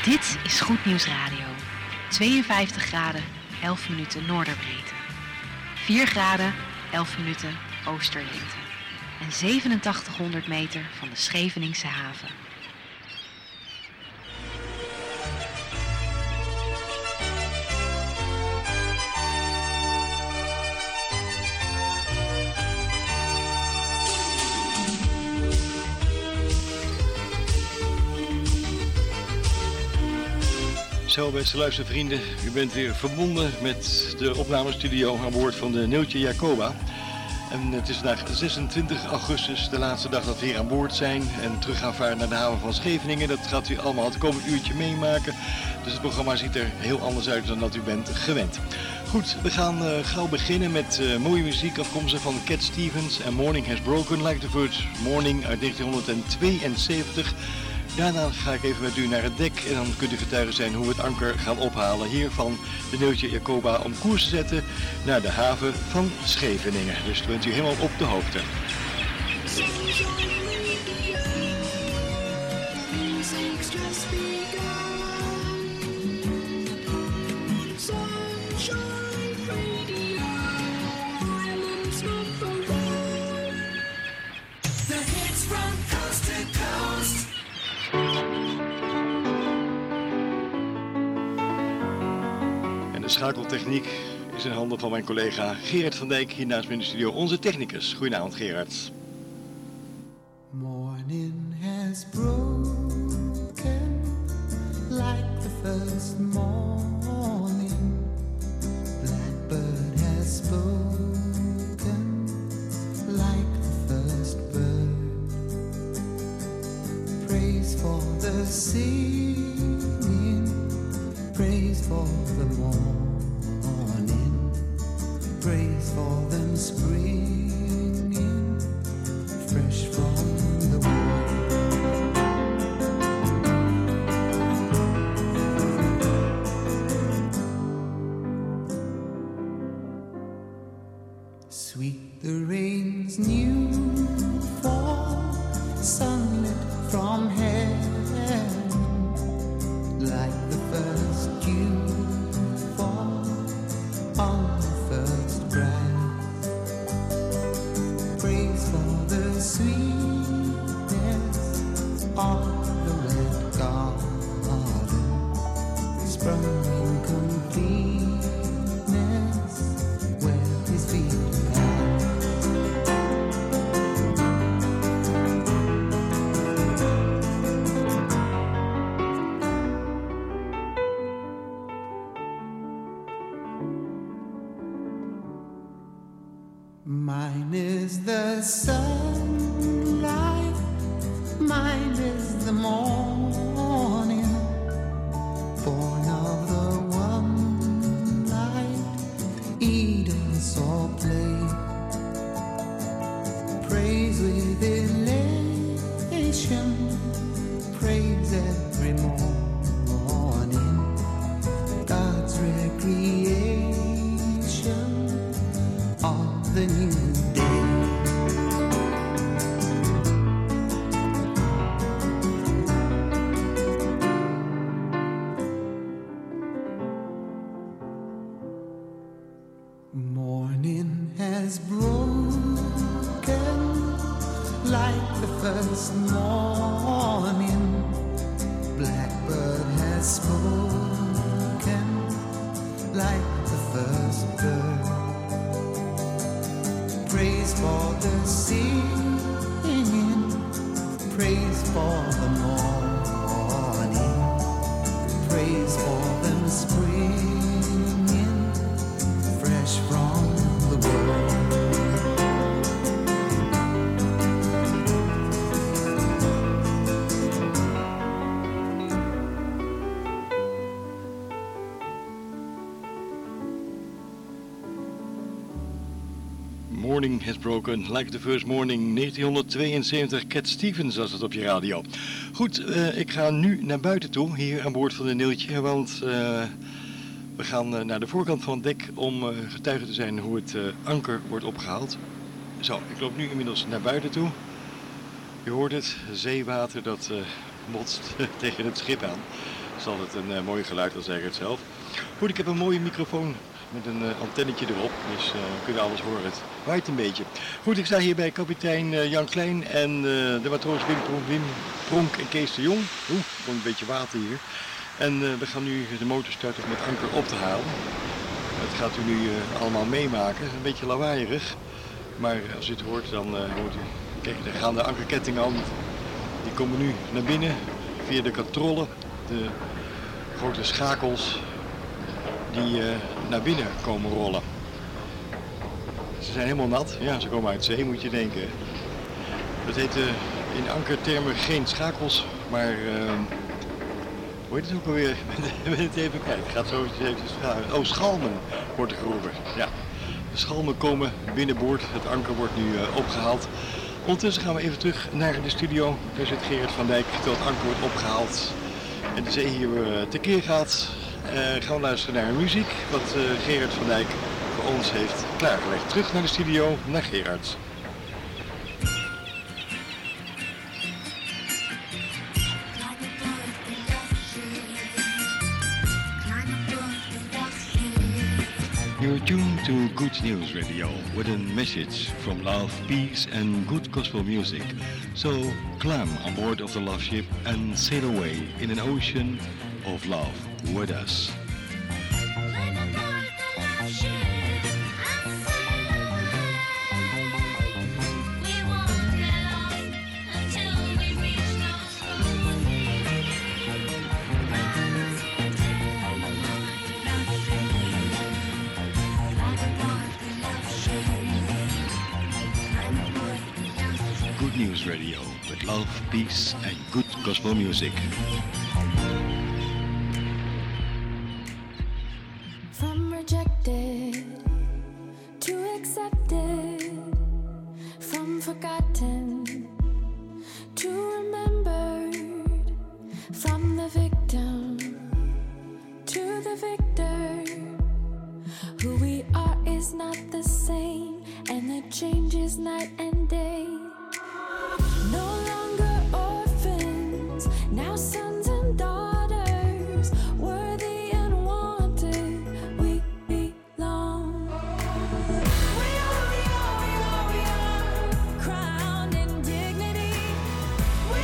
Dit is Goed Nieuws Radio. 52 graden, 11 minuten noorderbreedte. 4 graden, 11 minuten oosterlengte. En 8700 meter van de Scheveningse haven. Zo, beste luistervrienden, u bent weer verbonden met de opnamestudio aan boord van de Neeltje Jacoba. En het is vandaag 26 augustus, de laatste dag dat we hier aan boord zijn en terug gaan varen naar de haven van Scheveningen. Dat gaat u allemaal het komend uurtje meemaken. Dus het programma ziet er heel anders uit dan dat u bent gewend. Goed, we gaan gauw beginnen met mooie muziek afkomstig van Cat Stevens en Morning Has Broken, Like the First Morning uit 1972. Daarna ga ik even met u naar het dek en dan kunt u getuigen zijn hoe we het anker gaan ophalen hier van de Neeltje Jacoba om koers te zetten naar de haven van Scheveningen. Dus dan bent u helemaal op de hoogte. De schakeltechniek is in handen van mijn collega Gerard van Dijk, hier naast me in de studio, onze technicus. Goedenavond, Gerard. Morning has broken like the first morning. Blackbird has spoken like the first bird. Praise for the singing, praise for the morning. Praise for them springing fresh from the womb. Sweet the rain's new fall, sunlit from heaven, like the first dew fall on first breath. Praise for the sweetness of the red garden, sprung in completeness where his feet began. Mine is the sunlight, mine is the morning, born of the one light, Eden saw play. Praise with elation, praise every morning, God's recreation of the new day. Morning has broken like the first morning. Blackbird has spoken like the first bird. Praise for the singing, praise for the morning, praise for them springing fresh from the world. Morning Has Broken, Like the First Morning, 1972, Cat Stevens was het op je radio. Goed, ik ga nu naar buiten toe, hier aan boord van de Neeltje, want we gaan naar de voorkant van het dek om getuige te zijn hoe het anker wordt opgehaald. Zo, ik loop nu inmiddels naar buiten toe. Je hoort het, zeewater dat botst tegen het schip aan. Dat is altijd een mooi geluid, dan zeg ik het zelf. Goed, ik heb een mooie microfoon met een antennetje erop, dus we kunnen alles horen. Het waait een beetje. Goed, ik sta hier bij kapitein Jan Klein en de matroos Wim Pronk en Kees de Jong. Gewoon een beetje water hier. En we gaan nu de motor starten om het anker op te halen. Dat gaat u nu allemaal meemaken. Een beetje lawaaierig. Maar als u het hoort, dan hoort u... Kijk, daar gaan de ankerkettingen aan. Die komen nu naar binnen via de katrollen. De grote schakels die naar binnen komen rollen. Ze zijn helemaal nat. Ja, ze komen uit zee, moet je denken. Dat heet in ankertermen geen schakels, maar... hoe heet het ook alweer? Ik ben het even kijken. Ik ga het zo even vragen. Oh, schalmen wordt er geroepen. Ja. De schalmen komen binnenboord. Het anker wordt nu opgehaald. Ondertussen gaan we even terug naar de studio. Daar zit Gerard van Dijk terwijl het anker wordt opgehaald. En de zee hier tekeer gaat. Gaan we luisteren naar muziek. Wat Gerard van Dijk voor ons heeft klaargelegd. Terug naar de studio, naar Gerard. You're tuned to Good News Radio with a message from love, peace and good gospel music. So climb on board of the love ship and sail away in an ocean of love with us. News Radio with love, peace and good gospel music. From rejected to accepted, from forgotten to remembered, from the victim to the victor. Who we are is not the same, and the change is night and day. No longer orphans, now sons and daughters, worthy and wanted, we belong. We are, crowned in dignity. We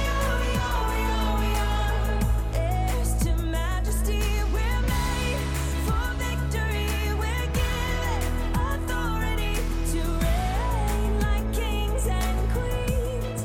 are, heirs to majesty. We're made for victory. We're given authority to reign like kings and queens.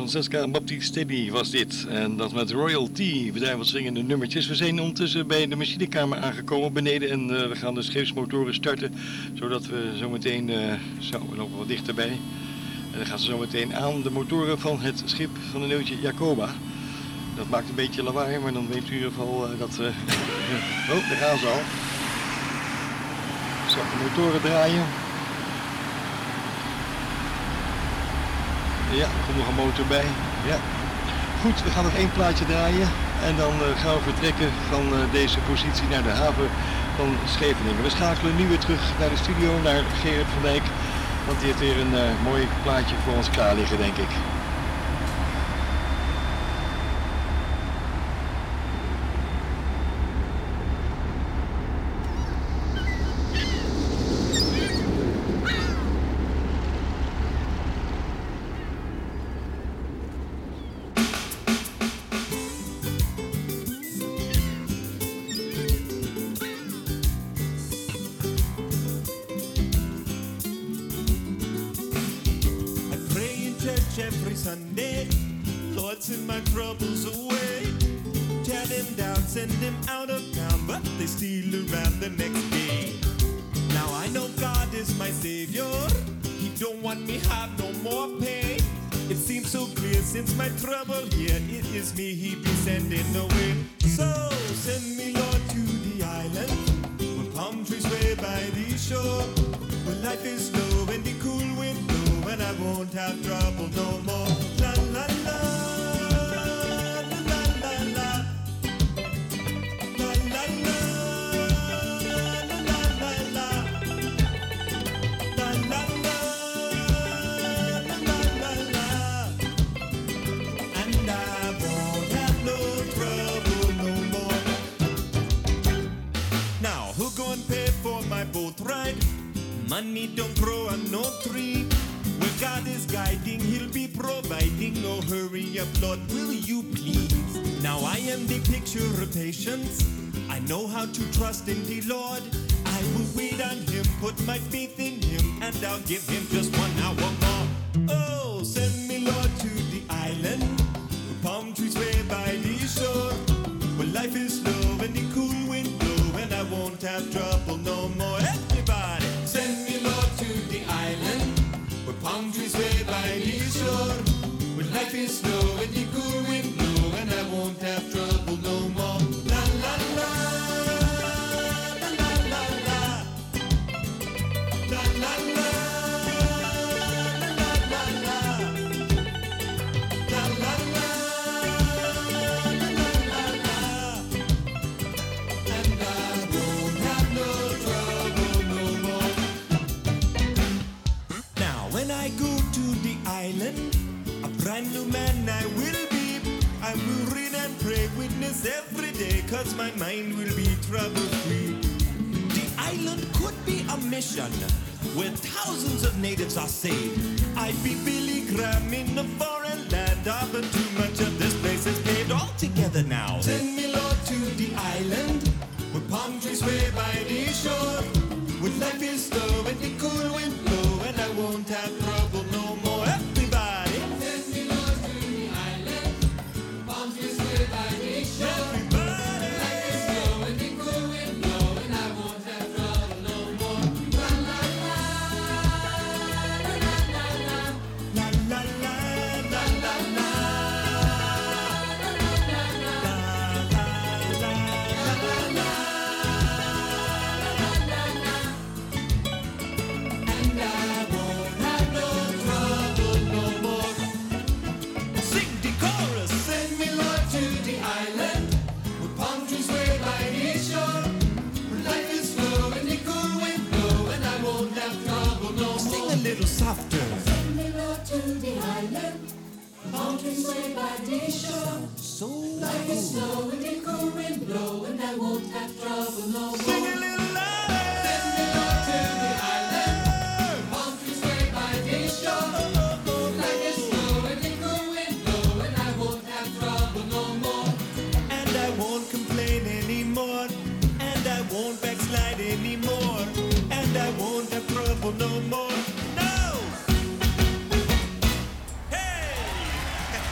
Francesca Baptistelli was dit. En dat met Royalty. We zijn wat zingende nummertjes. We zijn ondertussen bij de machinekamer aangekomen beneden. En we gaan de scheepsmotoren starten. Zodat we zometeen... we lopen wat dichterbij. En dan gaan ze zometeen aan de motoren van het schip van de Neeltje Jacoba. Dat maakt een beetje lawaai. Maar dan weet u in ieder geval dat... oh, daar gaan ze al. Zo, de motoren draaien. Ja, er komt nog een motor bij. Ja. Goed, we gaan nog één plaatje draaien. En dan gaan we vertrekken van deze positie naar de haven van Scheveningen. We schakelen nu weer terug naar de studio, naar Gerrit van Dijk. Want die heeft weer een mooi plaatje voor ons klaar liggen, denk ik. Every Sunday, Lord, send my troubles away. Tear them down, send them out of town, but they still around the next day. Now I know God is my savior. He don't want me have no more pain. It seems so clear since my trouble here, it is me he be sending away. So send me, Lord, to the island where palm trees sway by the shore, where life is slow and the cool wind blow, and I won't have trouble no more. La la la, la la la la, la la la, la la la la, la la la, la la la, and I won't have no trouble no more. Now who go and pay for my boat ride? Money don't grow on no tree. Where God is guiding, He'll be providing. No hurry up, Lord, will you please? Now I am the picture of patience. I know how to trust in the Lord. I will wait on Him, put my faith in Him, and I'll give Him just 1 hour more. Oh, send me, Lord, to the island where palm trees sway by the shore, where life is slow and the cool wind blow, and I won't have trouble no more. Everybody, send me, Lord, to the island where palm trees sway by the shore, where life is slow and the cool wind blow, and I won't have trouble no more. La la la, la la la la, la la la, la la la, la la la, la la la, and I won't have no trouble no more. Now when I go to the island, a brand new man I will be. I will read and pray, witness every day, cause my mind will be trouble free. The island could be a mission where thousands of natives are saved. I'd be Billy Graham in a foreign land, but too much of this place is paid all together now. Send me, Lord, to the island where palm trees sway by the shore, where life is slow and the cool wind blow, and I won't have trouble no more. Everybody, send me, Lord, to the island, palm trees sway by the shore. Everybody, life is slow and the cool wind blow, and I won't have trouble no more. La la la, la la la, la la la, la la la, la la la, la and I won't have no trouble no more. Sing the chorus. Send me, Lord, to the island where palm trees sway by the shore, where life is slow and the cool wind blow, and I won't have trouble no more. Sing a little softer. Send me, Lord, to the island. Palm trees sway by the shore. So Life is slow and the cool wind blow, and I won't have trouble no more. sing a little louder. Send me, Lord, to the island. Palm trees sway by the shore. Life is slow and the cool wind blow, and I won't have trouble no more. And I won't complain anymore, and I won't backslide anymore, and I won't have trouble no more. No! Hey!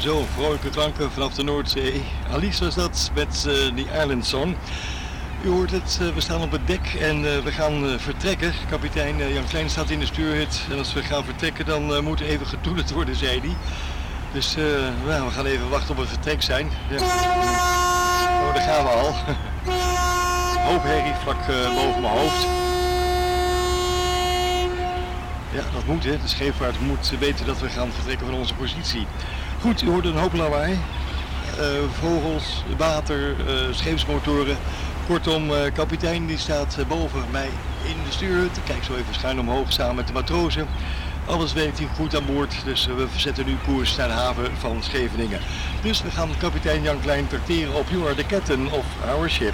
Zo, vrolijke klanken vanaf de Noordzee. Alice was dat met die Island Song. U hoort het, we staan op het dek en we gaan vertrekken. Kapitein Jan Klein staat in de stuurhut en als we gaan vertrekken dan moet er even getoeterd worden, zei hij. Dus nou, we gaan even wachten op het vertrek zijn. Ja. Oh, daar gaan we al. Hoop herrie vlak boven mijn hoofd. Ja, dat moet hè. De scheepvaart moet weten dat we gaan vertrekken van onze positie. Goed, u hoort een hoop lawaai. Vogels, water, scheepsmotoren. Kortom, kapitein die staat boven mij in de stuurhut. Ik kijk zo even schuin omhoog samen met de matrozen. Alles werkt hier goed aan boord, dus we verzetten nu koers naar de haven van Scheveningen. Dus we gaan kapitein Jan Klein trakteren op You Are the Captain of Our Ship.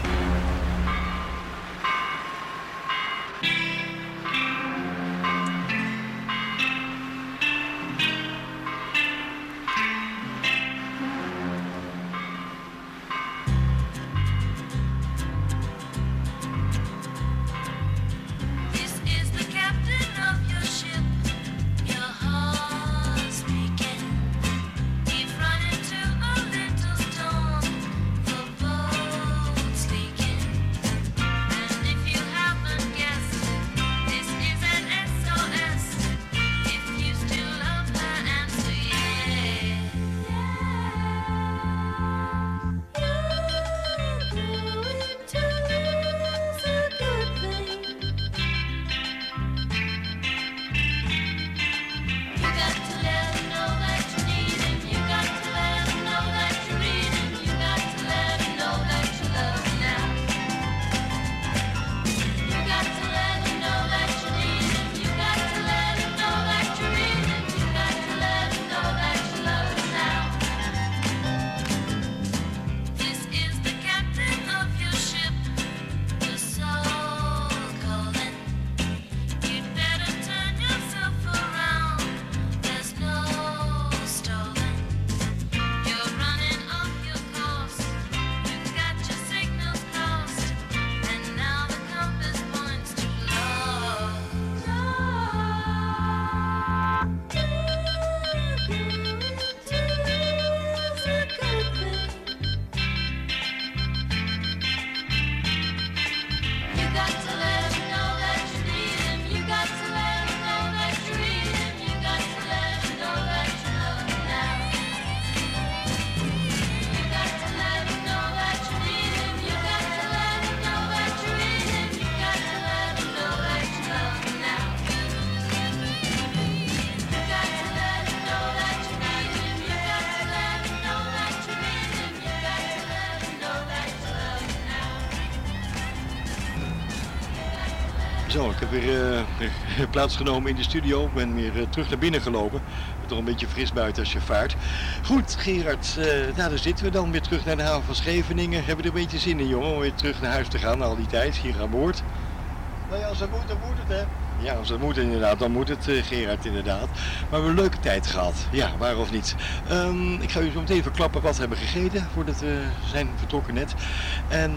Zo, ik heb weer plaatsgenomen in de studio. Ik ben weer terug naar binnen gelopen. Het is toch een beetje fris buiten als je vaart. Goed, Gerard, nou, daar zitten we dan weer terug naar de haven van Scheveningen. Hebben we er een beetje zin in, jongen, om weer terug naar huis te gaan al die tijd hier aan boord? Nou ja, als het moet, dan moet het, hè? Ja, als het moet inderdaad, dan moet het, Gerard, inderdaad. Maar we hebben een leuke tijd gehad. Ja, waar of niet. Ik ga u zo meteen verklappen wat we hebben gegeten voordat we zijn vertrokken net. En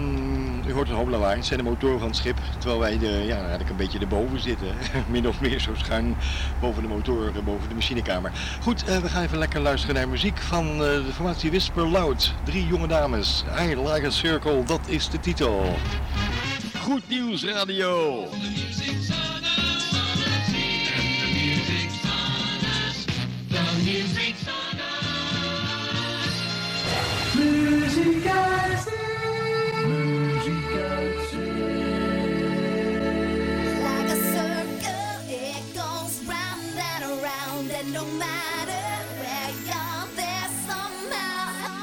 u hoort een hoop lawaai. Het zijn de motoren van het schip. Terwijl wij eigenlijk een beetje erboven zitten. Min of meer zo schuin boven de motoren, boven de machinekamer. Goed, we gaan even lekker luisteren naar muziek van de formatie Whisper Loud. 3 jonge dames. I Like a Circle, dat is de titel. Goed Nieuws Radio. Like a circle, it goes round and around, and no matter where you're there somehow.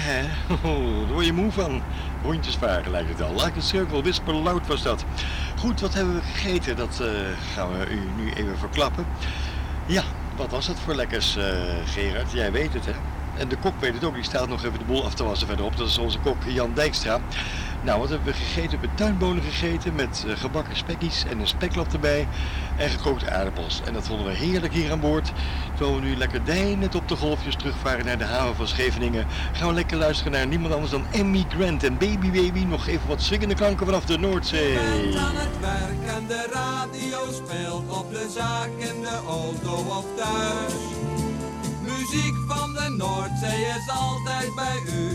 hè? Daar word je moe van. Rondjes varen lijkt het al. Like a Circle, Whisper Loud was dat. Goed, wat hebben we gegeten? Dat gaan we u nu even verklappen. Ja, wat was dat voor lekkers, Gerard? Jij weet het, hè? En de kok weet het ook, die staat nog even de boel af te wassen verderop. Dat is onze kok Jan Dijkstra. Nou, wat hebben we gegeten? We hebben tuinbonen gegeten met gebakken spekkies en een speklap erbij. En gekookte aardappels. En dat vonden we heerlijk hier aan boord. Terwijl we nu lekker deinend op de golfjes terugvaren naar de haven van Scheveningen. Gaan we lekker luisteren naar niemand anders dan Amy Grant en Baby Baby. Nog even wat swingende klanken vanaf de Noordzee. Je bent aan het werk en de radio speelt op de zaak, in de auto of thuis. Muziek van de Noordzee is altijd bij u.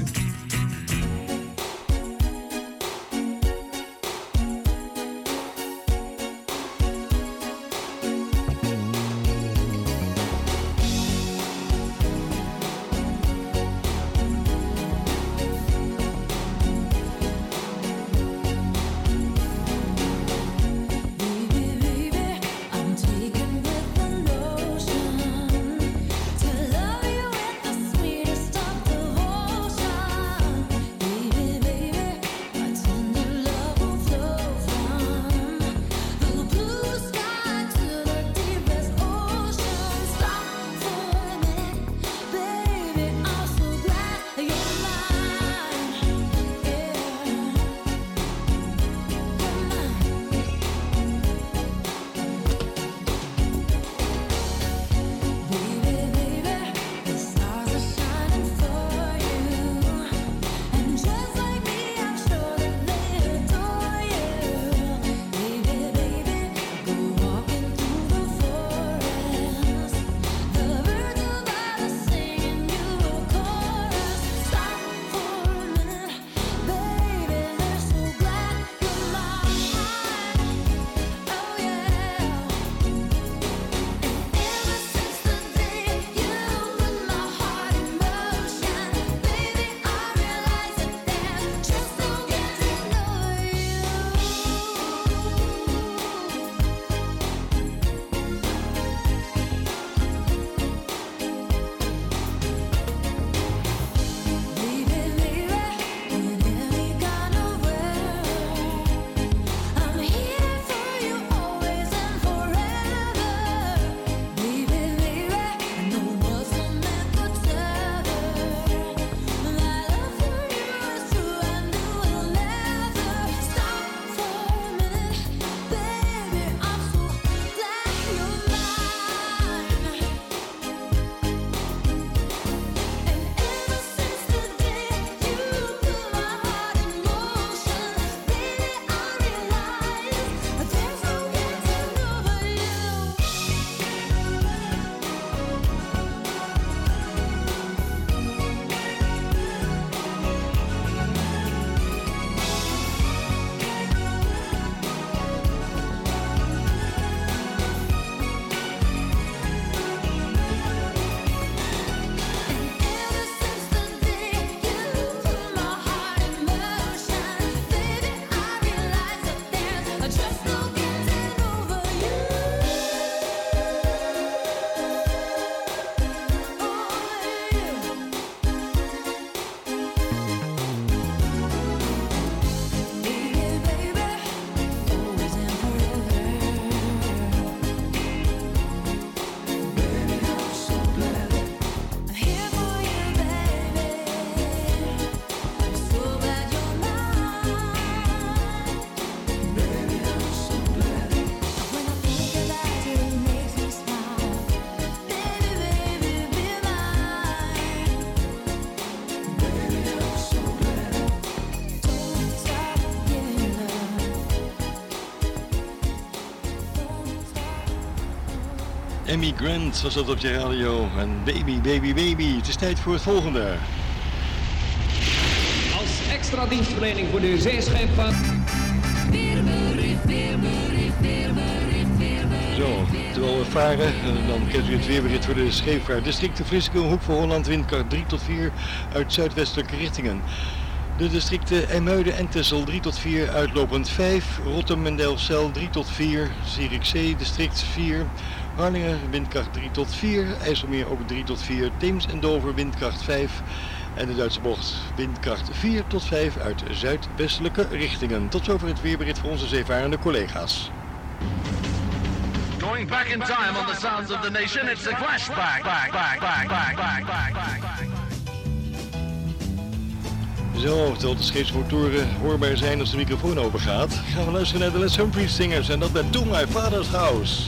Amy Grant was dat op je radio. En Baby, Baby, Baby. Het is tijd voor het volgende. Als extra dienstverlening voor de zeescheepvaart. Weerbericht, weerbericht, weerbericht, weerbericht. Zo, terwijl we varen, dan kent u het weerbericht voor de scheepvaart. Districten Frisco, Hoek van Holland, windkracht 3 tot 4 uit zuidwestelijke richtingen. De districten IJmuiden en Texel 3 tot 4, uitlopend 5. Rotterdam en Delfzijl 3 tot 4. Zierikzee district 4. Harlingen windkracht 3 tot 4. IJsselmeer ook 3 tot 4. Theems en Dover windkracht 5. En de Duitse bocht windkracht 4 tot 5 uit zuidwestelijke richtingen. Tot zover het weerbericht voor onze zeevarende collega's. Going back in time on the sounds of the nation, it's the flashback. Zo, terwijl de scheepsmotoren hoorbaar zijn als de microfoon open gaat, gaan we luisteren naar de Les Humphries Singers en dat met To My Father's House.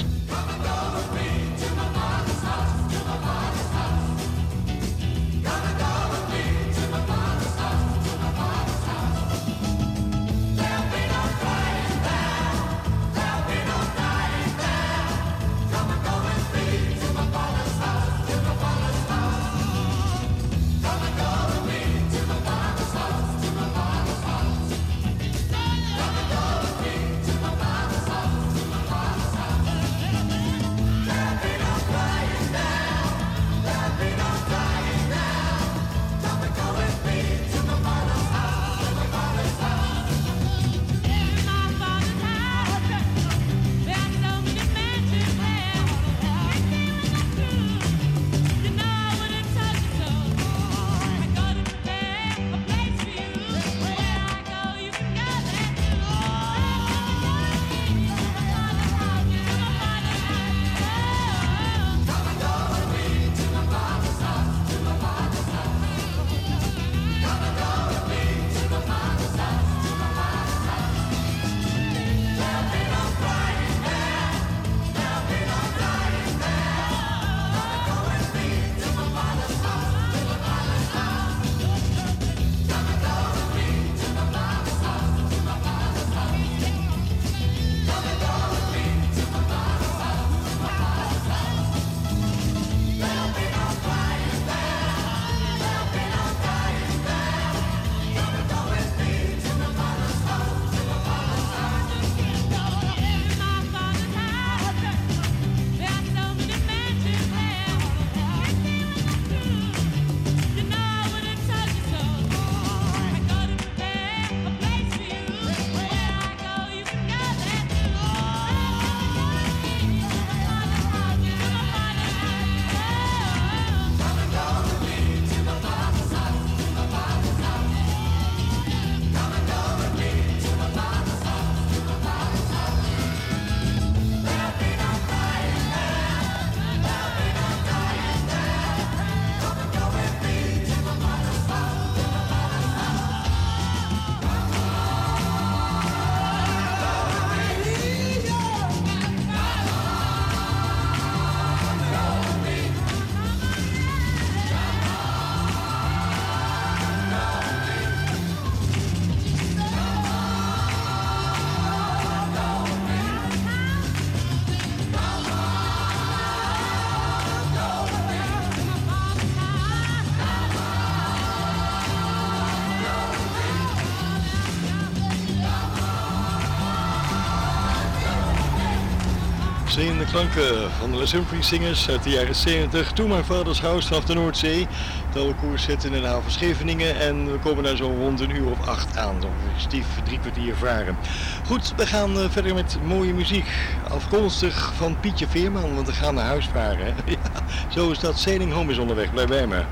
In de klanken van de Les Humphries Singers uit de jaren 70. To My Father's House vanaf de Noordzee. Terwijl we koers zetten in de haven Scheveningen. En we komen daar zo rond 1:08 aan. Zo stief 3 kwartier varen. Goed, we gaan verder met mooie muziek. Afkomstig van Pietje Veerman, want we gaan naar huis varen. Hè? Ja, zo is dat. Sailing Home is onderweg. Blijf bij me.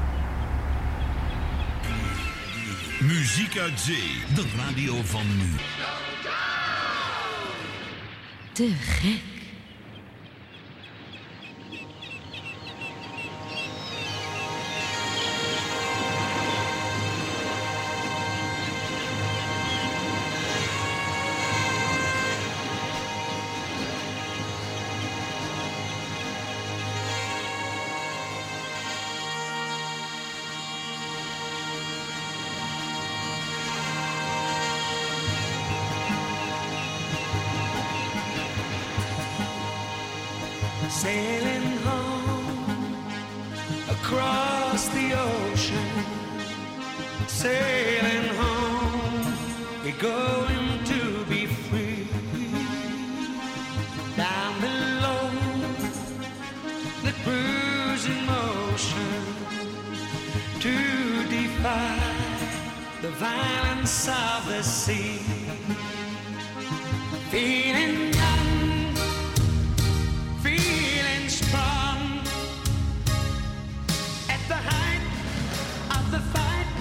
Muziek uit zee. De radio van nu. Te gek. Sailing home across the ocean, sailing home, we're going to be free. Down below, the cruising motion, to defy the violence of the sea. Feeling young, feeling strong, at the height of the fight,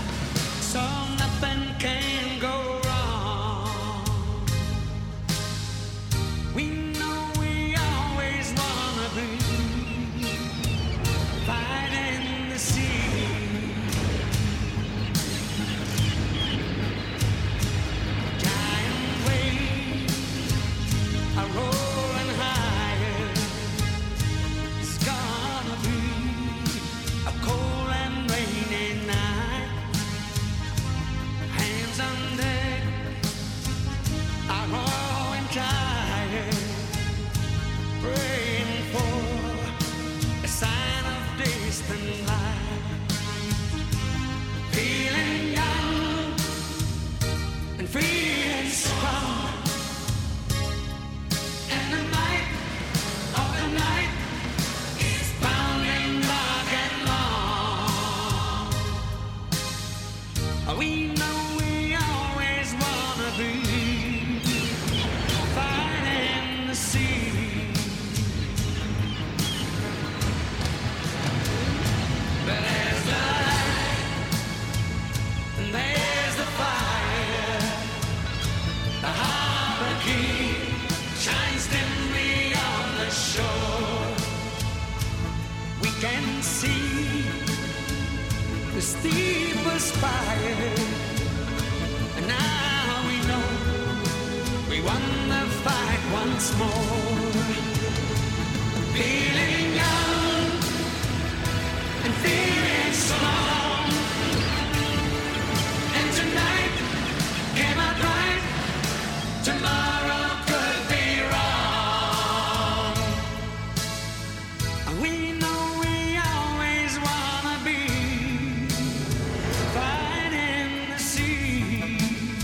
the steepest spire. And now we know we won the fight once more. Feeling young and feeling strong. And tonight came out right. Tomorrow could be wrong. We know we always wanna be fighting the sea.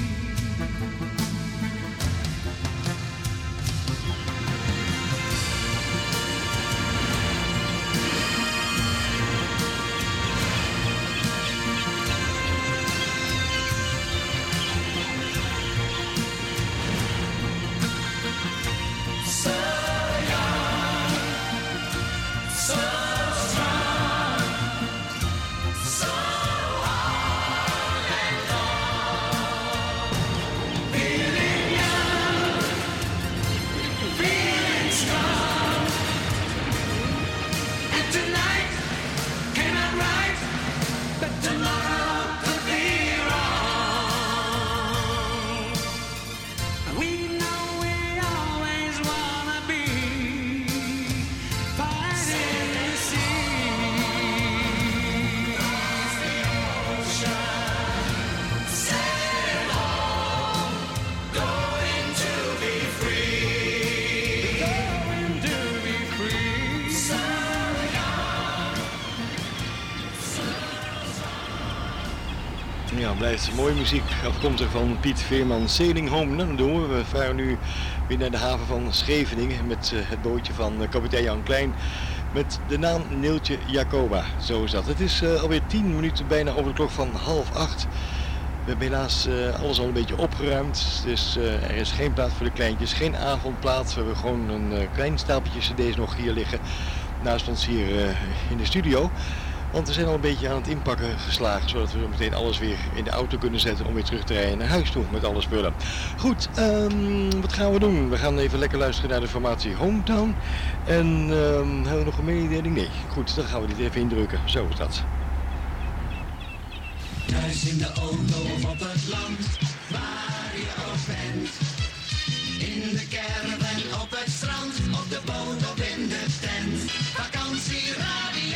Ja, blijft mooie muziek afkomstig van Piet Veerman. Sailing Home Nando. We varen nu weer naar de haven van Scheveningen met het bootje van kapitein Jan Klein met de naam Neeltje Jacoba. Zo is dat. Het is alweer 10 minuten bijna over de klok van 7:30. We hebben helaas alles al een beetje opgeruimd, dus er is geen plaats voor de kleintjes, geen avondplaats. We hebben gewoon een klein stapeltje cd's nog hier liggen naast ons hier in de studio. Want we zijn al een beetje aan het inpakken geslagen, zodat we zo meteen alles weer in de auto kunnen zetten om weer terug te rijden naar huis toe met alle spullen. Goed, wat gaan we doen? We gaan even lekker luisteren naar de formatie Hometown. En hebben we nog een mededeling? Nee. Goed, dan gaan we dit even indrukken. Zo is dat. Thuis in de auto of op het land, waar je ook bent. In de caravan, op het strand, op de boot of in de tent. Vakantieradio.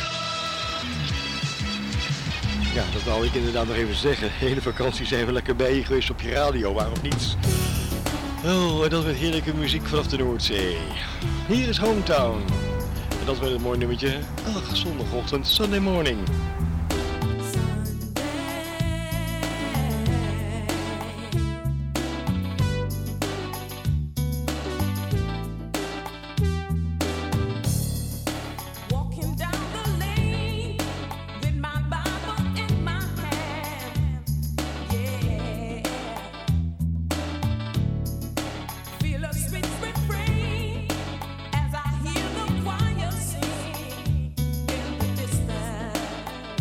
Ja, dat wou ik inderdaad nog even zeggen. De hele vakantie zijn we lekker bij je geweest op je radio, waarom niet? Oh, en dat met heerlijke muziek vanaf de Noordzee. Hier is Hometown. En dat met een mooi nummertje. Ach, zondagochtend, Sunday morning. As I hear the choir sing in the distance.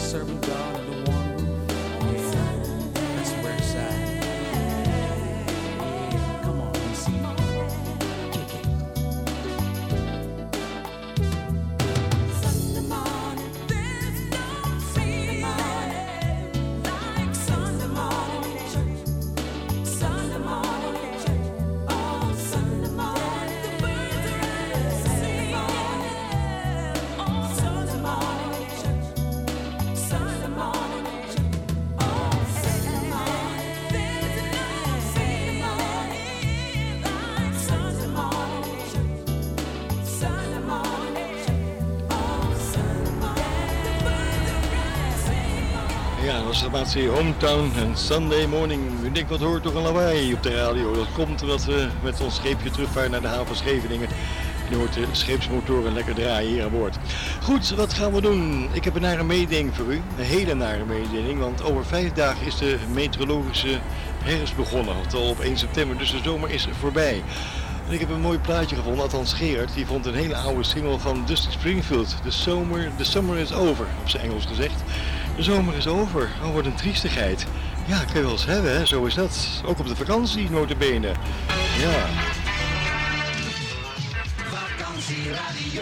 serving God under one roof. Yeah, that's where it's at. Yeah, come on, DC. Kick it. Sunday morning, there's no feeling like Sunday morning church. Sunday morning church. Oh, Sunday morning, the birds are out singing. Oh, Sunday morning church. Sunday morning church. Oh, Sunday morning, there's no feeling like Sunday morning church. Sunday morning church. Oh, Sunday morning, the birds are out singing. Ja, dat was de maatje Hometown en Sunday Morning. Ik denk, wat hoort toch een lawaai op de radio? Dat komt omdat we met ons scheepje terugvaren naar de haven Scheveningen. En je hoort de scheepsmotoren lekker draaien hier aan boord. Goed, wat gaan we doen? Ik heb een nare mededeling voor u. Een hele nare mededeling, want over 5 dagen is de meteorologische herfst begonnen. Al op 1 september, dus de zomer is voorbij. En ik heb een mooi plaatje gevonden, althans Gerard, die vond een hele oude single van Dusty Springfield. The summer is over, op zijn Engels gezegd. De zomer is over. Oh, wat een triestigheid. Ja, kan je wel eens hebben, hè? Zo is dat. Ook op de vakantie, nota bene. Ja. Vakantieradio.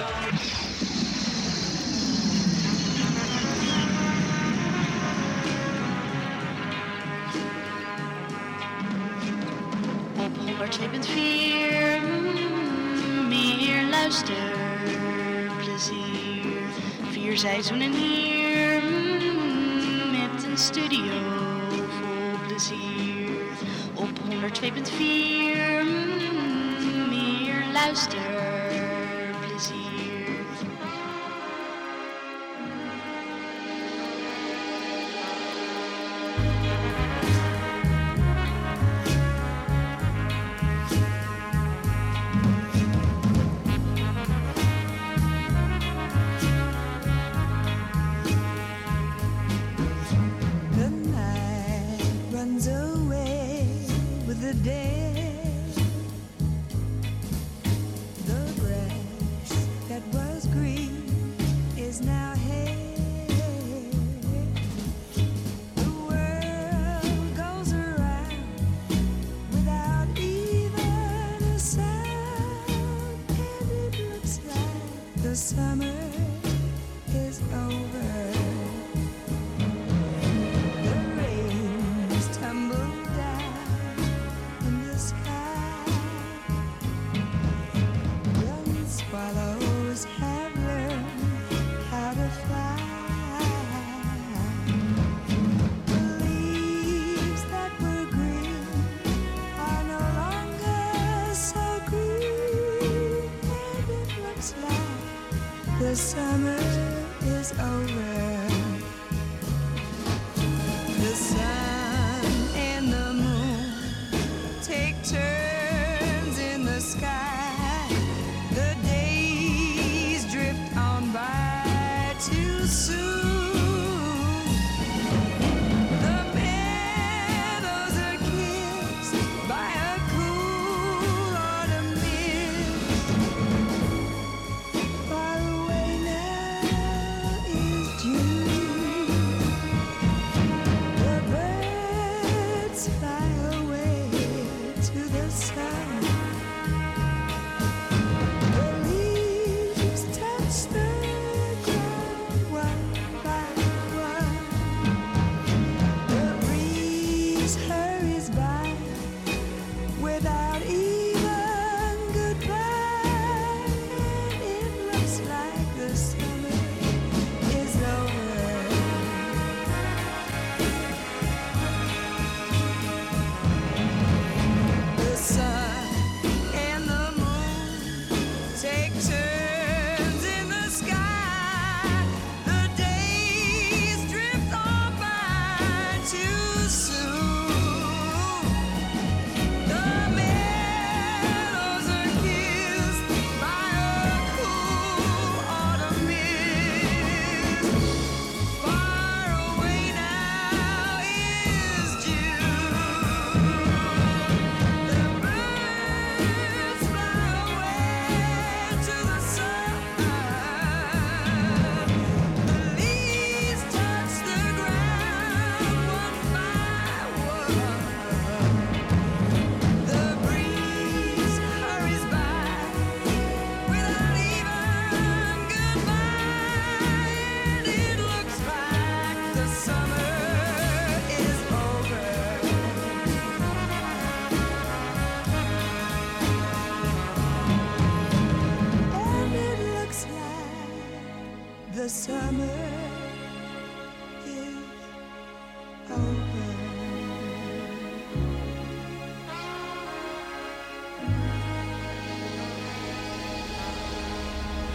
Op 102.4 meer luisterplezier. 4 seizoenen hier met een studio vol plezier. Op 102.4 meer luisterplezier. The night runs away with the day. The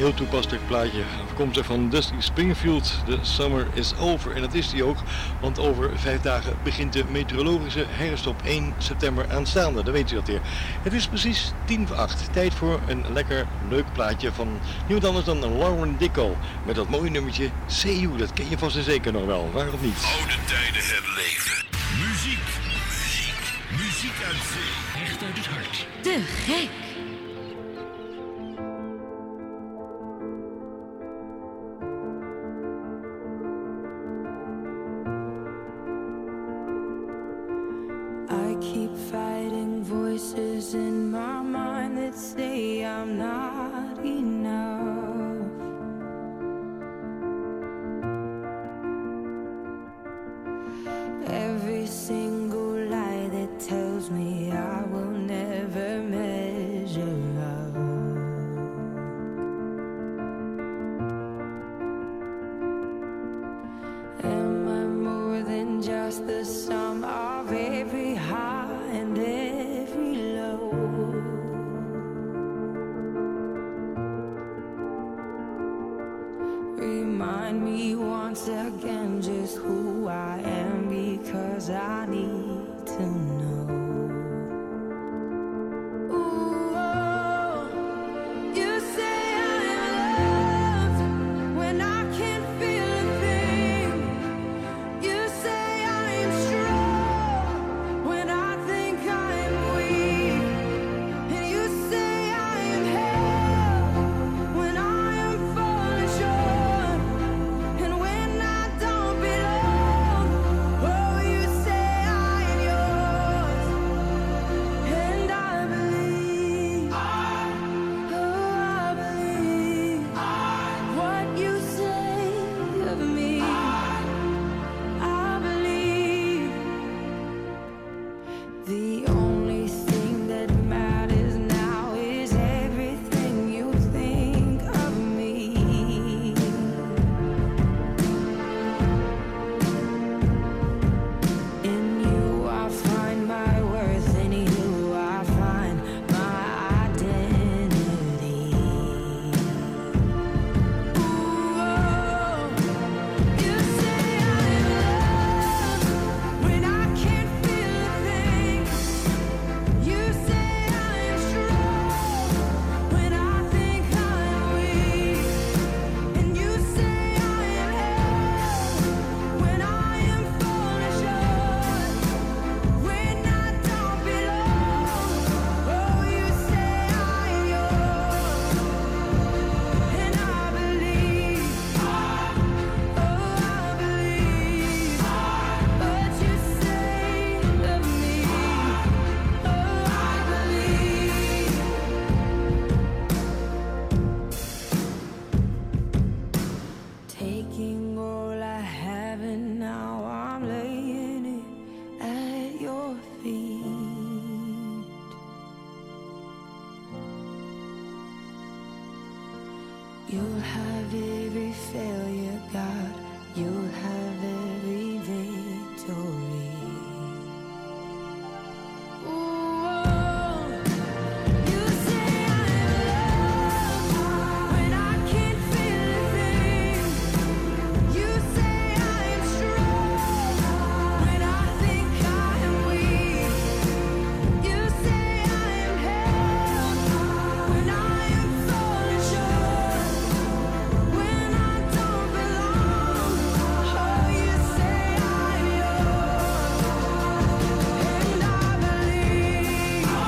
Heel toepasselijk plaatje, afkomstig van Dusty Springfield, The Summer is Over. En dat is die ook, want over 5 dagen begint de meteorologische herfst op 1 september aanstaande. Dan weet u dat weer. Het is precies 7:50. Tijd voor een lekker leuk plaatje van niemand anders dan Lauren Dickel. Met dat mooie nummertje See You, dat ken je vast en zeker nog wel. Waarom niet? Oude tijden herleven. Muziek, muziek, muziek uit zee. Echt uit het hart. Te gek. I keep fighting voices in my mind that say I'm not enough. Every single lie that tells me I will never measure up. Am I more than just the sum of every high and every low? Remind me once again just who I am, because I need to know. Ooh, oh, you say I'm loved when I can't feel a thing. You say I am strong when I think I am weak. And you say I am held when I am falling short. And when I don't belong, oh, you say I am yours. And I believe, oh, I believe what you say of me. I believe the only thing that matters now is everything you think of me. In you I find my worth, in you I find my identity. Ooh, oh, you say I am loved when I can't feel a thing. You say I am strong when I think I am weak. And you say I am held when I am falling short. When I don't belong, oh, you say I am yours. And I believe, oh, I believe what you say of me. Oh, I believe. Taking all I have and now I'm laying it at your feet. You'll have every failure, God. You'll have every victory. Ooh, oh, you say I am loved when I can't feel a thing. You say I am strong when I think I am weak. You say I am held when I am falling short. When I don't belong, oh, you say I am yours. And I believe, oh,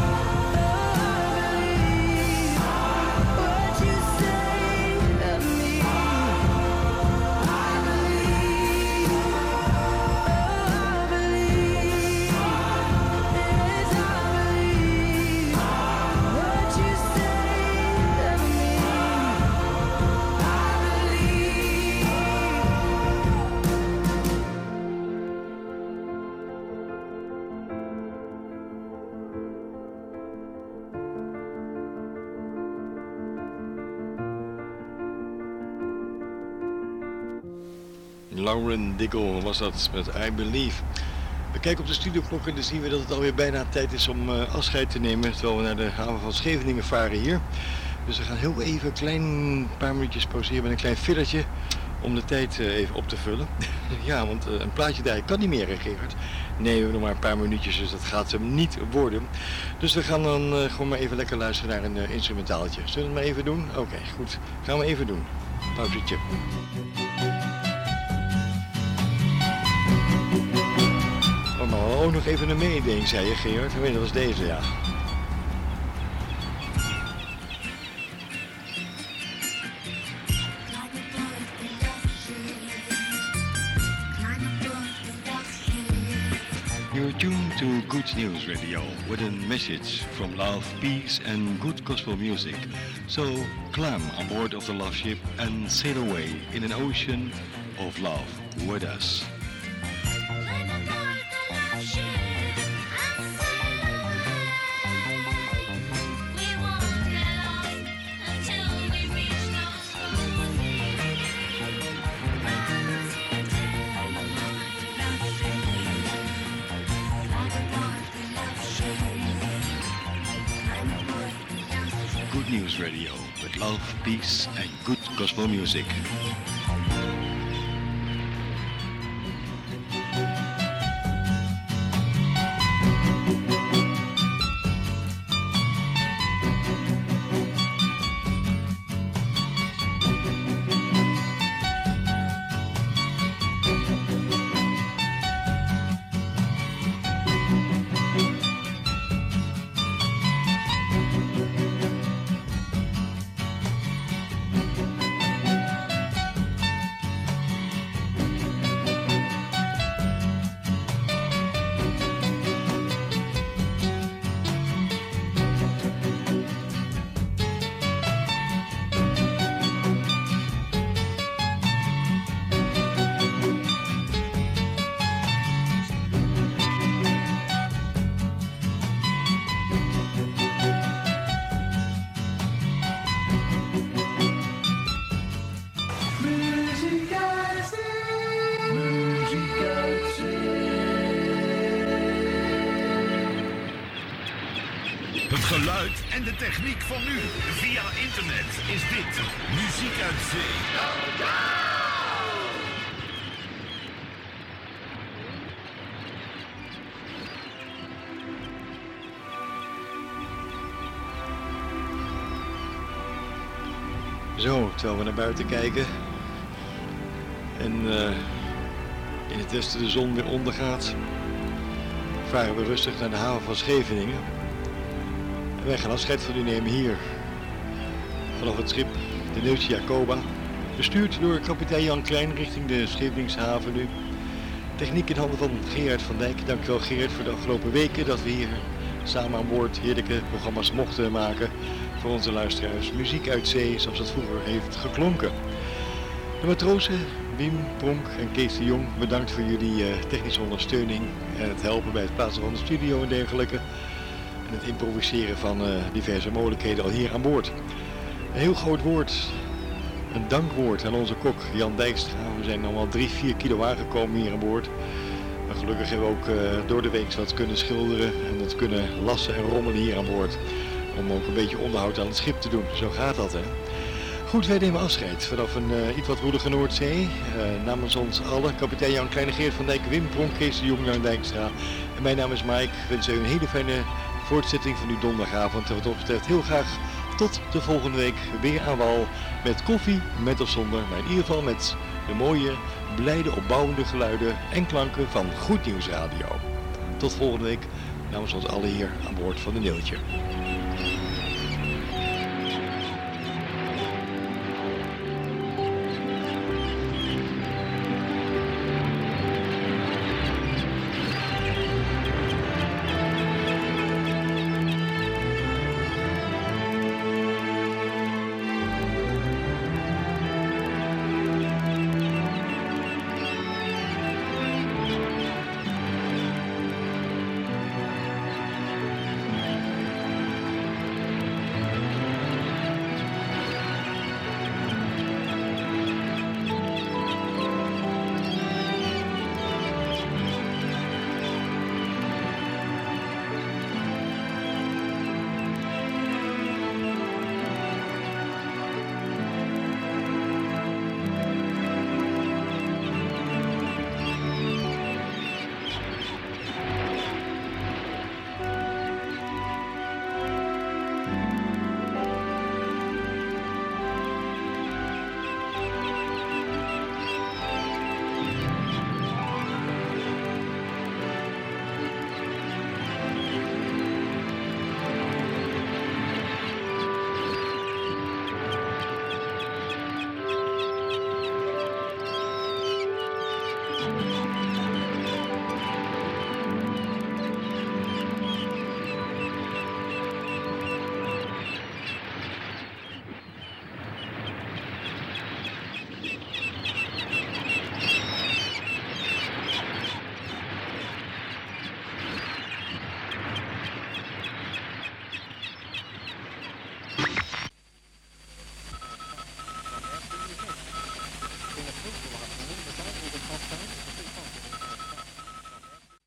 I believe what you say of me. I believe, oh, I believe, yes, I believe what you say of me. I Lauren Dickel was dat met I Believe. We kijken op de studioklok en dan zien we dat het alweer bijna tijd is om afscheid te nemen, terwijl we naar de haven van Scheveningen varen hier. Dus we gaan heel even een klein paar minuutjes pauzeren met een klein fillertje om de tijd even op te vullen. Ja, want een plaatje daar kan niet meer, Gerard. Nee, we hebben nog maar een paar minuutjes, dus dat gaat hem niet worden. Dus we gaan dan gewoon maar even lekker luisteren naar een instrumentaaltje. Zullen we het maar even doen? Oké, goed. Gaan we even doen. Pauzetje. Oh, maar ook nog even een meeding, zei je, Gerard. Ik weet, dat was deze, ja. You're tuned to Good News Radio with a message from love, peace and good gospel music. So climb on board of the love ship and sail away in an ocean of love with us. News Radio with love, peace and good gospel music. Geluid en de techniek van nu. Via internet is dit Muziek uit Zee. Zo, terwijl we naar buiten kijken en in het westen de zon weer ondergaat, varen we rustig naar de haven van Scheveningen. En wij gaan afscheid van u nemen hier, vanaf het schip de Neeltje Jacoba, bestuurd door kapitein Jan Klein richting de Scheveningse haven nu. Techniek in handen van Gerard van Dijk. Dankjewel Gerard voor de afgelopen weken dat we hier samen aan boord heerlijke programma's mochten maken voor onze luisteraars. Muziek uit zee zoals dat vroeger heeft geklonken. De matrozen Wim Pronk en Kees de Jong, bedankt voor jullie technische ondersteuning en het helpen bij het plaatsen van de studio en dergelijke. En het improviseren van diverse mogelijkheden al hier aan boord. Een heel groot woord, een dankwoord aan onze kok Jan Dijkstra. We zijn allemaal 3-4 kilo aangekomen hier aan boord. Maar gelukkig hebben we ook door de week wat kunnen schilderen en dat kunnen lassen en rommelen hier aan boord. Om ook een beetje onderhoud aan het schip te doen. Zo gaat dat, hè. Goed, wij nemen afscheid vanaf een iets wat woelige Noordzee. Namens ons allen, kapitein Jan Kleine, Geert van Dijk, Wim Pronk, Kees de Jong, Jan Dijkstra. En mijn naam is Mike. Ik wens u een hele fijne voortzetting van uw donderdagavond. En wat ons betreft heel graag tot de volgende week weer aan wal. Met koffie, met of zonder. Maar in ieder geval met de mooie, blijde, opbouwende geluiden en klanken van Goed Nieuws Radio. Tot volgende week namens ons allen hier aan boord van de Neeltje.